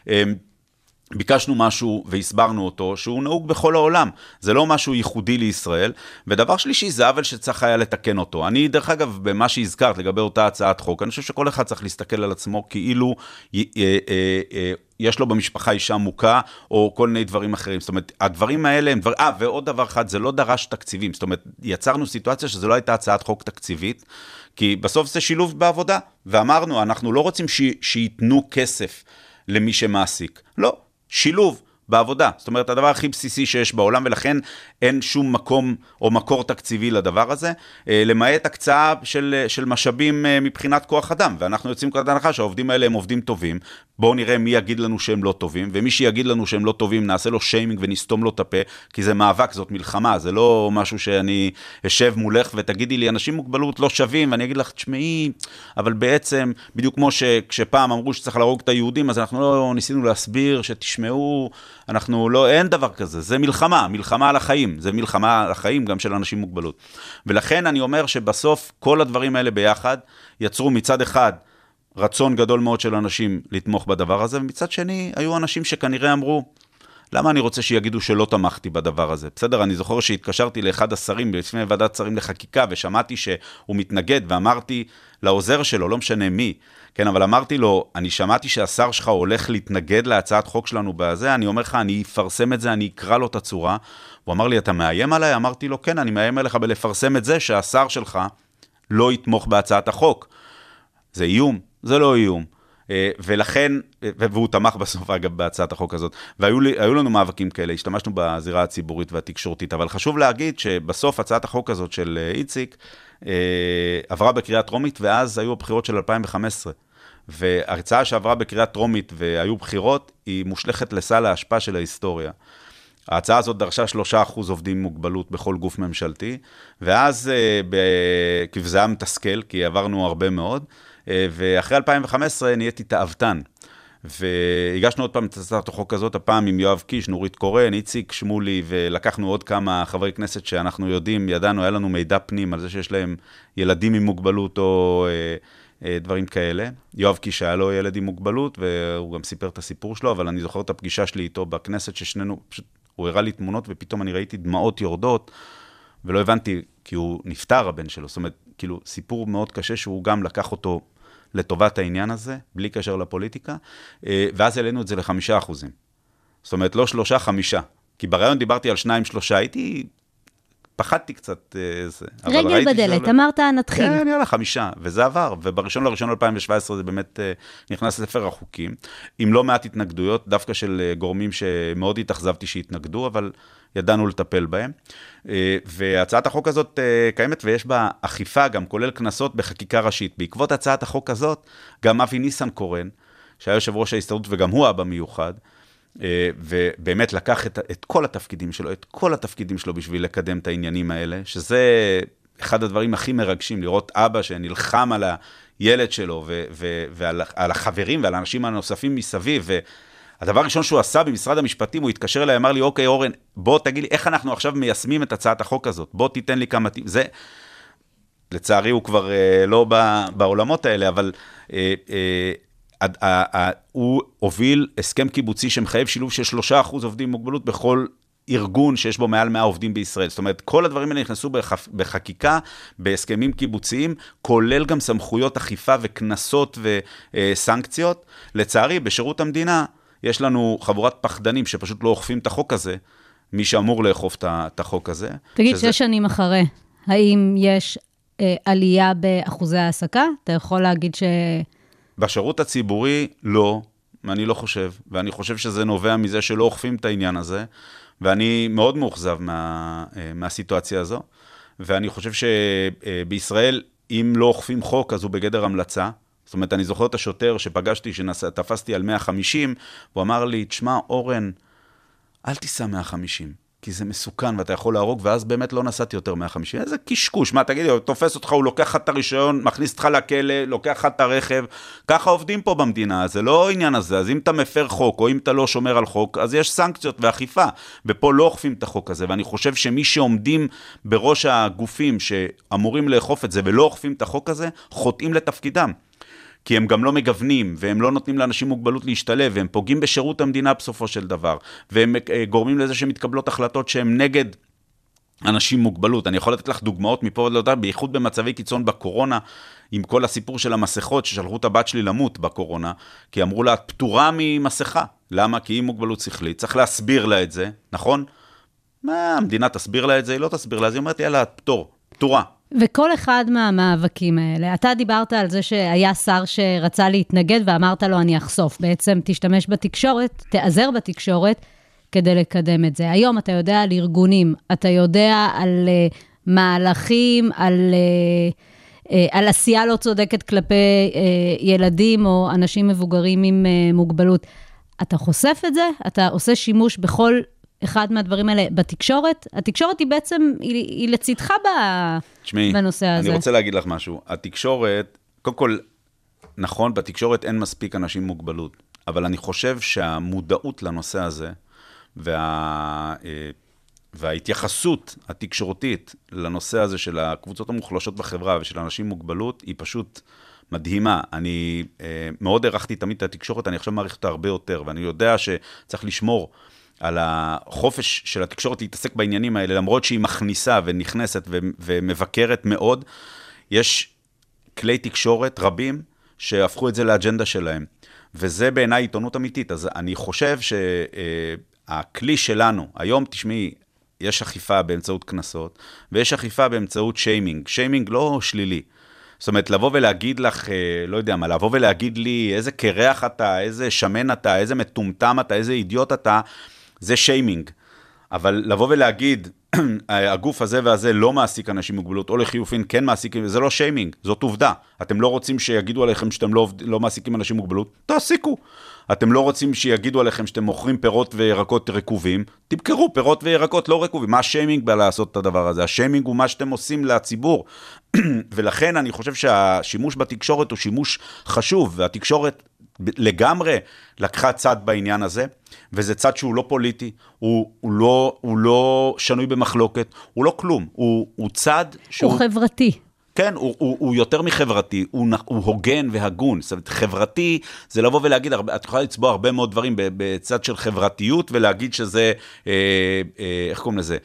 ביקשנו משהו והסברנו אותו, שהוא נהוג בכל העולם. זה לא משהו ייחודי לישראל. ודבר שלישי, זה עוול שצריך היה לתקן אותו. אני, דרך אגב, במה שהזכרת לגבי אותה הצעת חוק, אני חושב שכל אחד צריך להסתכל על עצמו כאילו יש לו במשפחה אישה מוכה, או כל מיני דברים אחרים. זאת אומרת, הדברים האלה הם דבר... ועוד דבר אחד, זה לא דרש תקציבים. זאת אומרת, יצרנו סיטואציה שזו לא הייתה הצעת חוק תקציבית, כי בסוף זה שילוב בעבודה. ואמרנו, אנחנו לא רוצים שיתנו כסף למי שמעסיק. לא. שילוב בעבודה. זאת אומרת, הדבר הכי בסיסי שיש בעולם, ולכן אין שום מקום או מקור תקציבי לדבר הזה, למעט הקצאה של משאבים מבחינת כוח אדם. ואנחנו יוצאים כאן הנחה שהעובדים האלה הם עובדים טובים. בואו נראה מי יגיד לנו שהם לא טובים, ומי שיגיד לנו שהם לא טובים, נעשה לו שיימינג ונסתום לו את הפה, כי זה מאבק, זאת מלחמה, זה לא משהו שאני אשב מולך ותגידי לי, אנשים מוגבלות לא שווים, ואני אגיד לך, תשמעי, אבל בעצם, בדיוק כמו שכשפעם אמרו שצריך להרוג את היהודים, אז אנחנו לא ניסינו להסביר, שתשמעו, אנחנו לא, אין דבר כזה, זה מלחמה, מלחמה על החיים, זה מלחמה על החיים גם של אנשים מוגבלות. ולכן אני אומר שבסוף כל הדברים האלה ביחד יצרו מצד אחד רצון גדול מאוד של אנשים לתמוך בדבר הזה, ומצד שני היו אנשים שכנראה אמרו, למה אני רוצה שיגידו שלא תמכתי בדבר הזה? בסדר, אני זוכר שהתקשרתי לאחד השרים, לפני ועדת שרים לחקיקה, ושמעתי שהוא מתנגד, ואמרתי לעוזר שלו, לא משנה מי, כן, אבל אמרתי לו, אני שמעתי שהשר שלך הולך להתנגד להצעת חוק שלנו בזה, אני אומר לך, אני אפרסם את זה, אני אקרא לו את הצורה. הוא אמר לי, אתה מאיים עליי? אמרתי לו, כן, אני מאיים עליך בלפרסם את זה, שהשר שלך לא יתמוך בהצעת החוק. זה איום, זה לא איום. ולכן, והוא תמך בסוף אגב בהצעת החוק הזאת, והיו לנו מאבקים כאלה, השתמשנו בזירה הציבורית והתקשורתית, אבל חשוב להגיד שבסוף הצעת החוק הזאת של איציק, עברה בקריאה טרומית, ואז היו הבחירות של 2015, וההרצאה שעברה בקריאה טרומית והיו בחירות, היא מושלכת לסל ההשפעה של ההיסטוריה. ההצעה הזאת דרשה 3% עובדים עם מוגבלות בכל גוף ממשלתי, ואז, כי זה היה מתסכל, כי עברנו הרבה מאוד, ואחרי 2015 נהייתי תאוותן, והגשנו עוד פעם את הצעת החוק הזאת, הפעם עם יואב קיש, נורית קורן, איציק שמולי, ולקחנו עוד כמה חברי כנסת שאנחנו ידענו, היה לנו מידע פנים על זה שיש להם ילדים עם מוגבלות או דברים כאלה. יואב קיש היה לו ילד עם מוגבלות, והוא גם סיפר את הסיפור שלו, אבל אני זוכר את הפגישה שלי איתו בכנסת, ששנינו, פשוט הוא הראה לי תמונות, ופתאום אני ראיתי דמעות יורדות, ולא הבנתי, כי הוא נפטר הבן שלו, זאת אומרת, כאילו, סיפור מאוד קשה שהוא גם לקח אותו לטובת העניין הזה, בלי קשר לפוליטיקה, ואז העלינו את זה ל5%. זאת אומרת, לא 3, 5. כי ברעיון דיברתי על 2, 3, פחדתי קצת זה. רגל בדלת, אמרת נתחיל. כן, יאללה, 5, וזה עבר, ובראשון לראשון 2017 זה באמת נכנס לספר החוקים, עם לא מעט התנגדויות, דווקא של גורמים שמאוד התאכזבתי שהתנגדו, אבל ידענו לטפל בהם. והצעת החוק הזאת קיימת, ויש בה אכיפה, גם כולל כנסות בחקיקה ראשית. בעקבות הצעת החוק הזאת, גם אבי ניסנקורן, שהיה יושב ראש ההסתדרות, וגם הוא אבא מיוחד, ובאמת לקח את כל התפקידים שלו, בשביל לקדם את העניינים האלה, שזה אחד הדברים הכי מרגשים, לראות אבא שנלחם על הילד שלו, ועל החברים ועל האנשים הנוספים מסביב, והדבר הראשון שהוא עשה במשרד המשפטים, הוא התקשר אליי, אמר לי, אוקיי, אורן, בוא תגיד לי, איך אנחנו עכשיו מיישמים את הצעת החוק הזאת, בוא תיתן לי כמה, זה, לצערי הוא כבר לא בעולמות האלה, אבל הוא הוביל הסכם קיבוצי שמחייב שילוב של 3% עובדים עם מוגבלות בכל ארגון שיש בו מעל 100 עובדים בישראל. זאת אומרת, כל הדברים האלה נכנסו בחקיקה, בהסכמים קיבוציים, כולל גם סמכויות אכיפה וכנסות וסנקציות. לצערי, בשירות המדינה יש לנו חבורת פחדנים שפשוט לא אוכפים את החוק הזה, מי שאמור לאכוף את החוק הזה. תגיד, 6 שנים אחרי, האם יש עלייה באחוזי העסקה? אתה יכול להגיד בשירות הציבורי לא, אני לא חושב, ואני חושב שזה נובע מזה שלא אוכפים את העניין הזה, ואני מאוד מאוכזב מהסיטואציה הזו, ואני חושב שבישראל, אם לא אוכפים חוק, אז הוא בגדר המלצה. זאת אומרת, אני זוכר את השוטר שפגשתי, שתפסתי על 150, הוא אמר לי, תשמע, אורן, אל תיסע 150. כי זה מסוכן ואתה יכול להרוג, ואז באמת לא נסעתי יותר 150. איזה קשקוש, מה תגיד, הוא תופס אותך, הוא לוקח לך את הרישיון, מכניס אותך לכלא, לוקח לך את הרכב, ככה עובדים פה במדינה, זה לא עניין הזה, אז אם אתה מפר חוק, או אם אתה לא שומר על חוק, אז יש סנקציות ואכיפה, ופה לא אוכפים את החוק הזה, ואני חושב שמי שעומדים בראש הגופים שאמורים לאכוף את זה, ולא אוכפים את החוק הזה, חוטאים לתפקידם. כי הם גם לא מגוונים, והם לא נותנים לאנשים מוגבלות להשתלב, והם פוגעים בשירות המדינה בסופו של דבר, והם גורמים לזה שמתקבלות החלטות שהם נגד אנשים מוגבלות. אני יכול לתת לך דוגמאות מפה עוד לא יודע, בייחוד במצבי קיצון בקורונה, עם כל הסיפור של המסכות, ששלחו את הבת שלי למות בקורונה, כי אמרו לה, את פטורה ממסכה. למה? כי היא מוגבלות שכלית, צריך להסביר לה את זה, נכון? מה, המדינה תסביר לה את זה, היא לא תסביר לה, אז היא אומרת, יאללה, פטורה. וכל אחד מהמאבקים האלה, אתה דיברת על זה שהיה שר שרצה להתנגד ואמרת לו אני אחשוף, בעצם תשתמש בתקשורת, תעזר בתקשורת כדי לקדם את זה. היום אתה יודע על ארגונים, אתה יודע על מהלכים, על עשייה לא צודקת כלפי ילדים או אנשים מבוגרים עם מוגבלות. אתה חושף את זה? אתה עושה שימוש בכל אחד מהדברים האלה בתקשורת? התקשורת היא בעצם, היא לצדך בנושא הזה. אני רוצה להגיד לך משהו. התקשורת, קודם כל, נכון, בתקשורת אין מספיק אנשים עם מוגבלות, אבל אני חושב שהמודעות לנושא הזה, וההתייחסות התקשורתית לנושא הזה של הקבוצות המוחלשות בחברה ושל אנשים עם מוגבלות, היא פשוט מדהימה. אני מאוד ערכתי תמיד את התקשורת, אני עכשיו מעריך אותה הרבה יותר, ואני יודע שצריך לשמור על החופש של התקשורת להתעסק בעניינים האלה, למרות שהיא מכניסה ונכנסת ומבקרת מאוד. יש כלי תקשורת רבים שהפכו את זה לאג'נדה שלהם, וזה בעיניי עיתונות אמיתית. אז אני חושב שהכלי שלנו, היום תשמעי, יש אכיפה באמצעות כנסות, ויש אכיפה באמצעות שיימינג. שיימינג לא שלילי. זאת אומרת, לבוא ולהגיד לך, לא יודע מה, לבוא ולהגיד לי איזה קרח אתה, איזה שמן אתה, איזה מטומטם אתה, איזה אידיוט אתה, זה שיימינג. אבל לבוא ולהגיד, הגוף הזה והזה לא מעסיק אנשים מוגבלות, או לחיופין כן מעסיקים, זה לא שיימינג, זאת עובדה. אתם לא רוצים שיגידו עליכם שאתם לא מעסיקים אנשים מוגבלות, תעסיקו. אתם לא רוצים שיגידו עליכם שאתם מוכרים פירות וירקות רקובים, תמכרו פירות וירקות לא רקובים. מה השיימינג בלעשות את הדבר הזה? השיימינג הוא מה שאתם עושים לציבור. ולכן אני חושב שהשימוש בתקשורת הוא שימוש חשוב, והתקשורת לגמרי לקחה צד בעניין הזה, וזה צד שהוא לא פוליטי, הוא לא שנוי במחלוקת, הוא לא כלום, הוא צד שהוא... הוא חברתי. כן, הוא יותר מחברתי, הוא הוגן והגון. זאת אומרת, חברתי זה לבוא ולהגיד, את יכולה לצבוע הרבה מאוד דברים בצד של חברתיות, ולהגיד שזה, איך קוראים לזה?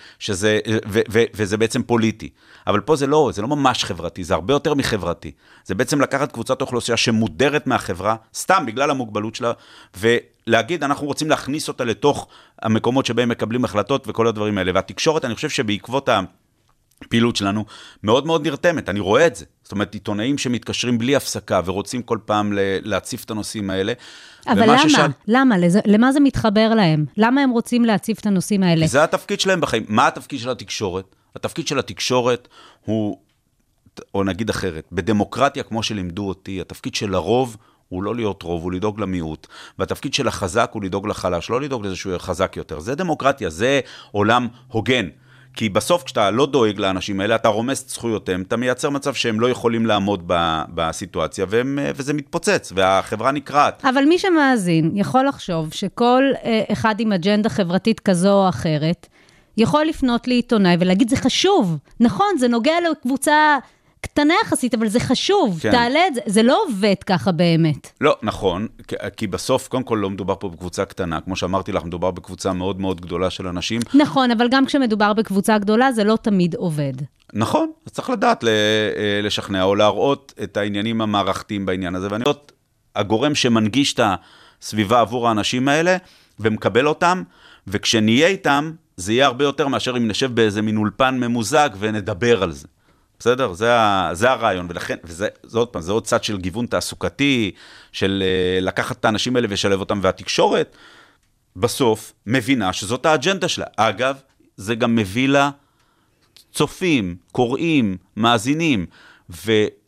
וזה בעצם פוליטי. אבל פה זה לא ממש חברתי, זה הרבה יותר מחברתי. זה בעצם לקחת קבוצת אוכלוסייה שמודרת מהחברה, סתם בגלל המוגבלות שלה, ולהגיד, אנחנו רוצים להכניס אותה לתוך המקומות שבהם מקבלים החלטות וכל הדברים האלה. והתקשורת, אני חושב שבעקבות הפעילות שלנו מאוד מאוד נרתמת, אני רואה את זה. זאת אומרת, עיתונאים שמתקשרים בלי הפסקה ורוצים כל פעם להציף את הנושאים האלה. אבל למה? למה זה מתחבר להם? למה הם רוצים להציף את הנושאים האלה? זה התפקיד שלהם בחיים. מה התפקיד של התקשורת? התפקיד של התקשורת הוא, או נגיד אחרת, בדמוקרטיה כמו שלימדו אותי, התפקיד של הרוב הוא לא להיות רוב, הוא לדאוג למיעוט, והתפקיד של החזק הוא לדאוג לחלש, לא לדאוג לזה שהוא חזק יותר. זה דמוקרטיה, זה עולם הוגן. כי בסוף כשאתה לא דואג לאנשים האלה, אתה רומס את זכויותיהם, אתה מייצר מצב שהם לא יכולים לעמוד בסיטואציה, וזה מתפוצץ, והחברה נקראת. אבל מי שמאזין יכול לחשוב שכל אחד עם אג'נדה חברתית כזו או אחרת, יכול לפנות לעיתונאי ולהגיד, זה חשוב. נכון, זה נוגע לקבוצה קטנה יחסית, אבל זה חשוב. כן. תעלה את זה. זה לא עובד ככה באמת. לא, נכון, כי בסוף, קודם כל לא מדובר פה בקבוצה קטנה. כמו שאמרתי לך, מדובר בקבוצה מאוד מאוד גדולה של אנשים. נכון, אבל גם כשמדובר בקבוצה גדולה, זה לא תמיד עובד. נכון, אז צריך לדעת לשכנע, או להראות את העניינים המערכתיים בעניין הזה, ואני חושב, הגורם שמנגיש את הסביבה עבור האנשים האלה, ומקבל אותם, וכשנהיה איתם, זה יהיה הרבה יותר מאשר אם נשב באיזה מין אולפן ממוזג ונדבר על זה. בסדר? זה הרעיון, ולכן, וזה עוד פעם, זה עוד צד של גיוון תעסוקתי, של לקחת את האנשים האלה ושלב אותם, והתקשורת בסוף מבינה שזאת האג'נדה שלה. אגב, זה גם מביא לה צופים, קוראים, מאזינים,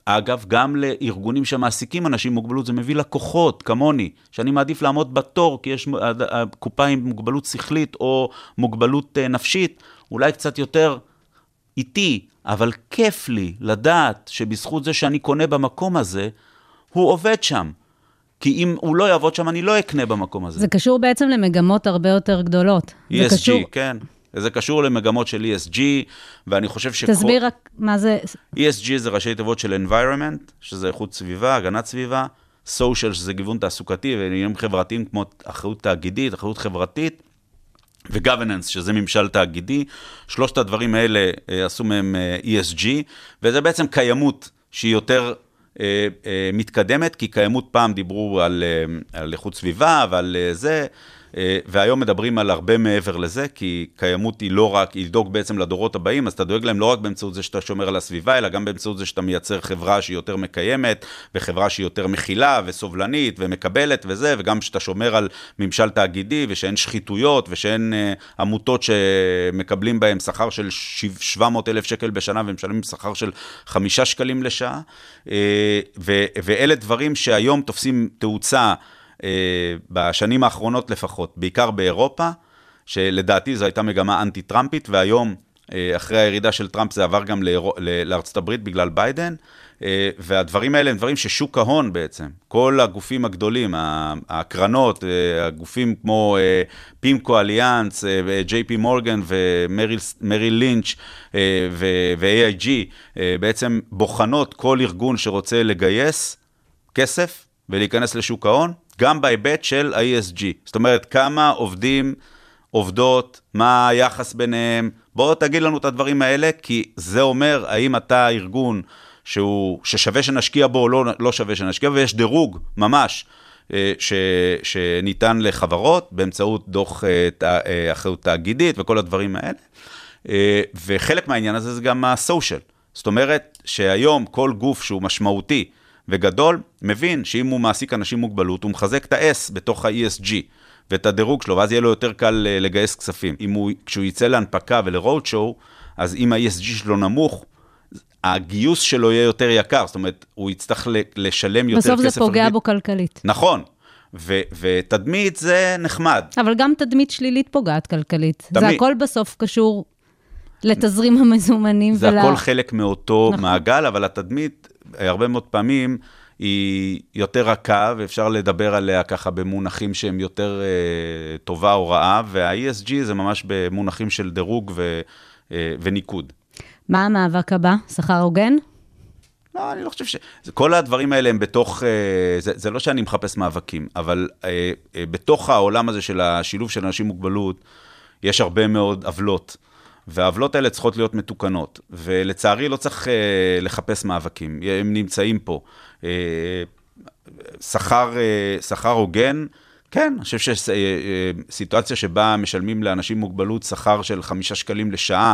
אגב, גם לארגונים שמעסיקים אנשים עם מוגבלות, זה מביא לקוחות, כמוני, שאני מעדיף לעמוד בתור, כי יש קופה עם מוגבלות שכלית או מוגבלות נפשית, אולי קצת יותר איטי, אבל כיף לי לדעת שבזכות זה שאני קונה במקום הזה, הוא עובד שם. כי אם הוא לא יעבוד שם, אני לא אקנה במקום הזה. זה קשור בעצם למגמות הרבה יותר גדולות. ESG, כן. זה קשור למגמות של ESG, ואני חושב תסביר רק מה זה... ESG זה ראשי תיבות של environment, שזה איכות סביבה, הגנת סביבה, social, שזה גיוון תעסוקתי, ועניינים חברתיים כמו אחריות תאגידית, אחריות חברתית, ו-governance, שזה ממשל תאגידי. שלושת הדברים האלה עשו מהם ESG, וזה בעצם קיימות שהיא יותר מתקדמת, כי קיימות פעם דיברו על איכות סביבה ועל זה, והיום מדברים על הרבה מעבר לזה, כי קיימות היא לא רק, היא לדאוג בעצם לדורות הבאים, אז אתה דואג להם לא רק באמצעות זה שאתה שומר על הסביבה, אלא גם באמצעות זה שאתה מייצר חברה שהיא יותר מקיימת, וחברה שהיא יותר מכילה וסובלנית ומקבלת וזה, וגם שאתה שומר על ממשל תאגידי, ושאין שחיתויות, ושאין עמותות שמקבלים בהם שכר של 700,000 שקל בשנה, ומשלמים שכר של 5 שקלים לשעה, ואלה דברים שהיום תופסים תאוצה, בשנים האחרונות לפחות, בעיקר באירופה, שלדעתי זו הייתה מגמה אנטי-טראמפית, והיום, אחרי הירידה של טראמפ, זה עבר גם לארצות הברית בגלל ביידן, והדברים האלה הם דברים ששוק ההון בעצם, כל הגופים הגדולים, הקרנות, הגופים כמו פימקו אליאנס, ג'יי-פי מורגן ומריל לינץ' ו-AIG, בעצם בוחנות כל ארגון שרוצה לגייס כסף ולהיכנס לשוק ההון, גם בהיבט של ה-ESG. זאת אומרת, כמה עובדים, עובדות, מה היחס ביניהם, בואו תגיד לנו את הדברים האלה, כי זה אומר, האם אתה ארגון ששווה שנשקיע בו או לא שווה שנשקיע, ויש דירוג ממש שניתן לחברות, באמצעות דוח אחריות תאגידית וכל הדברים האלה, וחלק מהעניין הזה זה גם הסושיאל. זאת אומרת, שהיום כל גוף שהוא משמעותי, וגדול, מבין שאם הוא מעסיק אנשים מוגבלות, הוא מחזק את ה-S בתוך ה-ESG, ואת הדירוג שלו, ואז יהיה לו יותר קל לגייס כספים. כשהוא יצא להנפקה ולרוד שואו, אז אם ה-ESG שלו נמוך, הגיוס שלו יהיה יותר יקר, זאת אומרת, הוא יצטרך לשלם יותר כסף. בסוף זה פוגע בו כלכלית. נכון, ותדמית זה נחמד. אבל גם תדמית שלילית פוגעת כלכלית. זה הכל בסוף קשור לתזרים המזומנים. זה הכל חלק מאותו מעגל, אבל התדמית, הרבה מאוד פעמים, היא יותר רכה, ואפשר לדבר עליה ככה במונחים שהם יותר טובה או רעה, וה-ESG זה ממש במונחים של דירוג וניקוד. מה המאבק הבא? שכר הוגן? לא, אני לא חושב כל הדברים האלה הם בתוך, זה לא שאני מחפש מאבקים, אבל בתוך העולם הזה של השילוב של אנשים מוגבלות, יש הרבה מאוד עוולות, והעוולות האלה צריכות להיות מתוקנות, ולצערי לא צריך לחפש מאבקים, הם נמצאים פה. שכר הוגן, כן, אני חושב שיש סיטואציה שבה משלמים לאנשים מוגבלות שכר של 5 שקלים לשעה,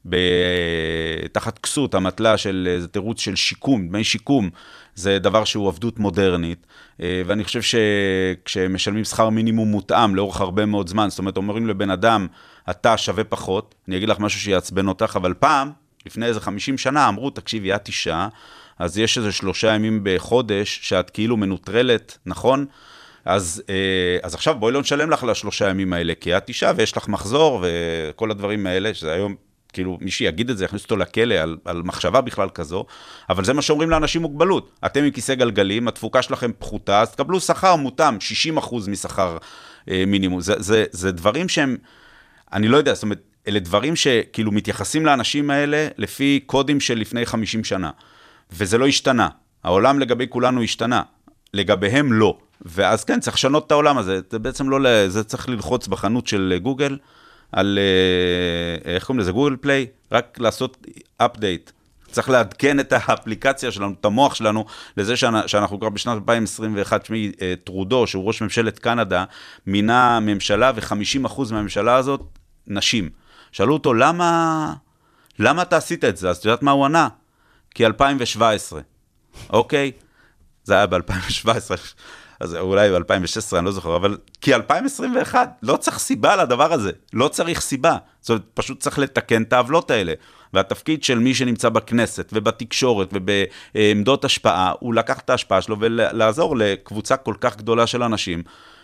תחת כסות, המטלה של, זה תירוץ של שיקום, דמי שיקום, זה דבר שהוא עבדות מודרנית, ואני חושב שכשמשלמים שכר מינימום מותאם לאורך הרבה מאוד זמן, זאת אומרת, אומרים לבן אדם, אתה שווה פחות, אני אגיד לך משהו שיעצבן אותך, אבל פעם, לפני איזה 50 שנה, אמרו, תקשיבי, את אישה, אז יש איזה 3 ימים בחודש, שאת כאילו מנוטרלת, נכון? אז עכשיו בואי לא נשלם לך ל3 ימים האלה, כי את אישה ויש לך מחזור, וכל הדברים האלה, שזה היום, כאילו, מי שיגיד את זה, יכניס אותו לכלא על מחשבה בכלל כזו, אבל זה מה שאומרים לאנשים מוגבלות. אתם עם כיסא גלגלים, התפוקה שלכם פחותה, אז תקבלו שכר מותאם, 60% משכר מינימום. זה דברים שהם, אני לא יודע, זאת אומרת, אלה דברים שכאילו מתייחסים לאנשים האלה לפי קודים של לפני 50 שנה, וזה לא השתנה. העולם לגבי כולנו השתנה, לגביהם לא. ואז כן, צריך לשנות את העולם הזה. זה בעצם לא, זה צריך ללחוץ בחנות של גוגל, על, איך קוראים לזה, גוגל פליי, רק לעשות update. צריך לעדכן את האפליקציה שלנו, את המוח שלנו, לזה שאנחנו כבר בשנת 2021, שמי טרודו, שהוא ראש ממשלת קנדה, מינה ממשלה, ו50% מהממשלה הזאת, נשים. שאלו אותו, למה אתה עשית את זה? אז אתה יודעת מה הוא ענה? כי 2017. אוקיי? זה היה ב-2017. אז אולי ב-2016, אני לא זוכר, אבל כי 2021, לא צריך סיבה לדבר הזה, לא צריך סיבה, זאת אומרת, פשוט צריך לתקן את העוולות האלה, והתפקיד של מי שנמצא בכנסת ובתקשורת ובעמדות השפעה, הוא לקח את ההשפעה שלו ולעזור לקבוצה כל כך גדולה של אנשים,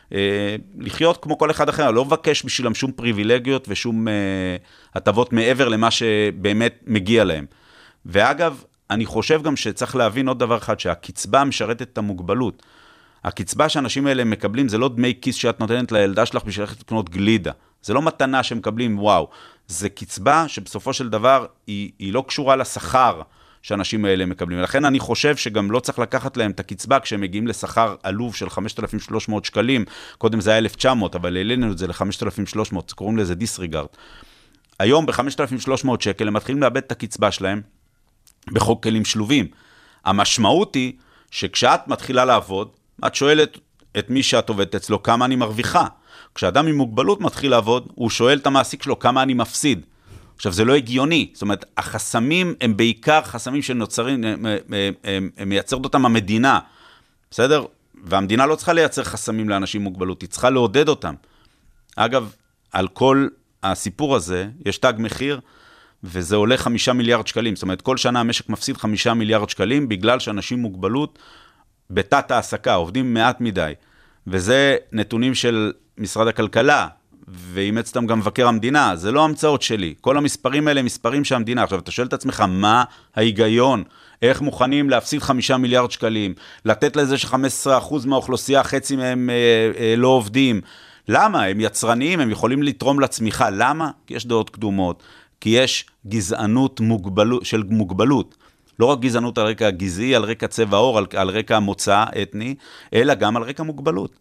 לחיות כמו כל אחד אחר, לא מבקש בשבילם שום פריבילגיות ושום הטבות מעבר למה שבאמת מגיע להם. ואגב, אני חושב גם שצריך להבין עוד דבר אחד, שהקצבה משרתת את המוגבלות. הקצבה שאנשים האלה מקבלים, זה לא דמי כיס שאת נותנת לילדה שלך בשביל ללכת לקנות גלידה. זה לא מתנה שמקבלים, וואו. זה קצבה שבסופו של דבר היא לא קשורה לשכר שאנשים האלה מקבלים. ולכן אני חושב שגם לא צריך לקחת להם את הקצבה כשהם מגיעים לשכר עלוב של 5,300 שקלים. קודם זה היה 1,900, אבל העלינו את זה ל-5,300, קוראים לזה דיסריגרד. היום ב-5,300 שקל הם מתחילים לאבד את הקצבה שלהם בחוק כלים שלובים. המשמעות היא שכשאת מתחילה לעבוד, את שואלת את מי שאת עובדת אצלו כמה אני מרוויחה. כשאדם עם מוגבלות מתחיל לעבוד, הוא שואל את המעסיק שלו כמה אני מפסיד. עכשיו, זה לא הגיוני. זאת אומרת, החסמים הם בעיקר חסמים שנוצרים, הם מייצרת אותם המדינה. בסדר? והמדינה לא צריכה לייצר חסמים לאנשים עם מוגבלות, היא צריכה לעודד אותם. אגב, על כל הסיפור הזה, יש תג מחיר, וזה עולה 5 מיליארד שקלים. זאת אומרת, כל שנה המשק מפסיד 5 מיליארד שקלים, בגלל שאנשים מוגבלות בתת העסקה, עובדים מעט מדי. וזה נתונים של משרד הכלכלה, ואימץ אותם גם מבקר המדינה. זה לא המצאות שלי. כל המספרים האלה הם מספרים שהמדינה. עכשיו, אתה שואל את עצמך, מה ההיגיון? איך מוכנים להפסיד 5 מיליארד שקלים? לתת לזה ש15% מהאוכלוסייה, חצי מהם לא עובדים. למה? הם יצרניים, הם יכולים לתרום לצמיחה. למה? כי יש דעות קדומות. כי יש גזענות של מוגבלות. לא רק גזענות על רקע גזעי, על רקע צבע עור, על רקע מוצא אתני, אלא גם על רקע מוגבלות.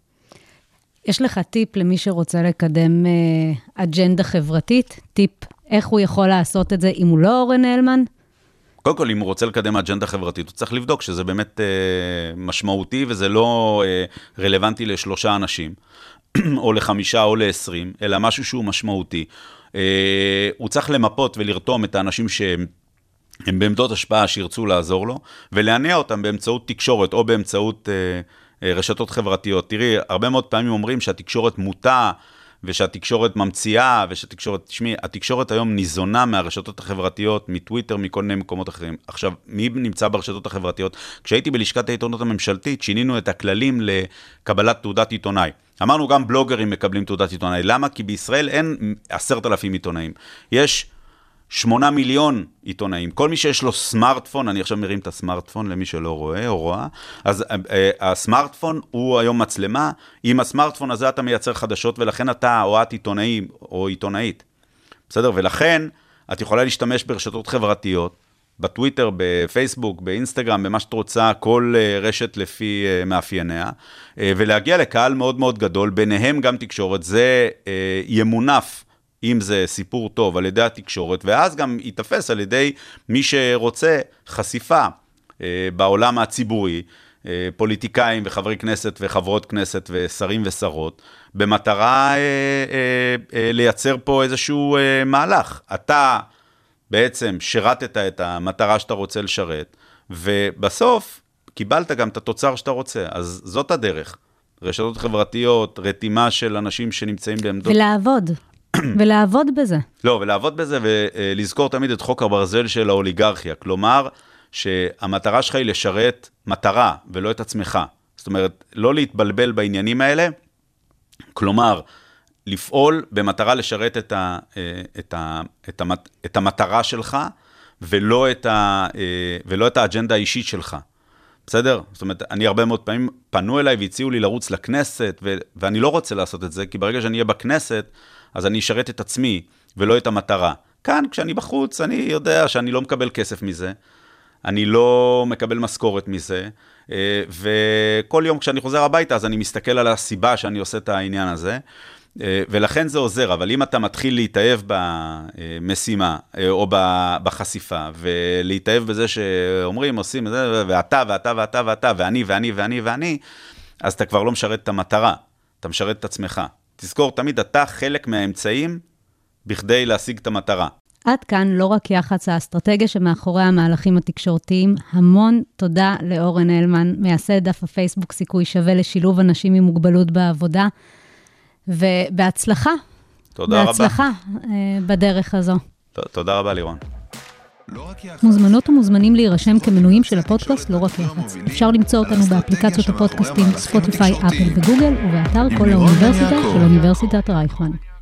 יש לך טיפ למי שרוצה לקדם אג'נדה חברתית? טיפ איך הוא יכול לעשות את זה אם הוא לא אורן הלמן? קודם כל, אם הוא רוצה לקדם אג'נדה חברתית, הוא צריך לבדוק שזה באמת משמעותי, וזה לא רלוונטי ל3 אנשים, או ל5 או ל20, אלא משהו שהוא משמעותי. הוא צריך למפות ולרתום את האנשים שהם בעמדות השפעה שירצו לעזור לו, ולעניין אותם באמצעות תקשורת או באמצעות רשתות חברתיות. תראי, הרבה מאוד פעמים אומרים שהתקשורת מוטה, ושהתקשורת ממציאה, תשמעי, התקשורת היום ניזונה מהרשתות החברתיות, מטוויטר, מכל מיני מקומות אחרים. עכשיו, מי נמצא ברשתות החברתיות? כשהייתי בלשכת העיתונות הממשלתית, שינינו את הכללים לקבלת תעודת עיתונאי. אמרנו גם בלוגרים מקבלים תעודת עיתונאי. למה? כי בישראל אין 10,000 עיתונאים. יש 8 מיליון עיתונאים. כל מי שיש לו סמארטפון, אני עכשיו מרים את הסמארטפון למי שלא רואה או רואה, אז הסמארטפון הוא היום מצלמה, עם הסמארטפון הזה אתה מייצר חדשות, ולכן אתה או את עיתונאי או עיתונאית. בסדר? ולכן את יכולה להשתמש ברשתות חברתיות, בטוויטר, בפייסבוק, באינסטגרם, במה שאת רוצה, כל רשת לפי מאפייניה, ולהגיע לקהל מאוד מאוד גדול, ביניהם גם תקשורת, זה ימונף, אם זה סיפור טוב על ידי התקשורת, ואז גם יתפס על ידי מי שרוצה חשיפה בעולם הציבורי, פוליטיקאים וחברי כנסת וחברות כנסת ושרים ושרות, במטרה לייצר פה איזשהו מהלך. אתה בעצם שרתת את המטרה שאתה רוצה לשרת, ובסוף קיבלת גם את התוצר שאתה רוצה. אז זאת הדרך. רשתות חברתיות, רתימה של אנשים שנמצאים בעמדות. ולעבוד. ולעבוד בזה. לא, ולעבוד בזה ולזכור תמיד את חוק הברזל של האוליגרכיה. כלומר, שהמטרה שלך היא לשרת מטרה ולא את עצמך. זאת אומרת, לא להתבלבל בעניינים האלה. כלומר, לפעול במטרה לשרת את המטרה שלך, ולא את האג'נדה האישית שלך. בסדר? זאת אומרת, אני הרבה מאוד פעמים פנו אליי והציעו לי לרוץ לכנסת, ואני לא רוצה לעשות את זה, כי ברגע שאני אהיה בכנסת, אז אני אשרת את עצמי, ולא את המטרה. כאן, כשאני בחוץ, אני יודע שאני לא מקבל כסף מזה, אני לא מקבל משכורת מזה, וכל יום כשאני חוזר הביתה, אז אני מסתכל על הסיבה שאני עושה את העניין הזה, ולכן זה עוזר, אבל אם אתה מתחיל להתאהב במשימה, או בחשיפה, ולהתאהב בזה שאומרים, עושים, ואתה, ואתה, ואתה, ואתה, ואני, ואני, ואני, ואני, אז אתה כבר לא משרת את המטרה, אתה משרת את עצמך. תזכור, תמיד אתה חלק מהאמצעים, בכדי להשיג את המטרה. עד כאן לא רק יח"צ, האסטרטגיה שמאחורי המהלכים התקשורתיים. המון תודה לאורן הלמן, מייסד דף הפייסבוק סיכוי שווה לשילוב אנשים עם מוגבלות בעבודה, ובהצלחה. תודה רבה. בהצלחה בדרך הזו. תודה רבה לירון. מוזמנות ומוזמנים להירשם כמנויים של הפודקאסט לא רק יח"צ. אפשר למצוא אותנו באפליקציות הפודקאסטים ספוטיפיי, אפל וגוגל, ובאתר כל האוניברסיטה של אוניברסיטת רייכמן.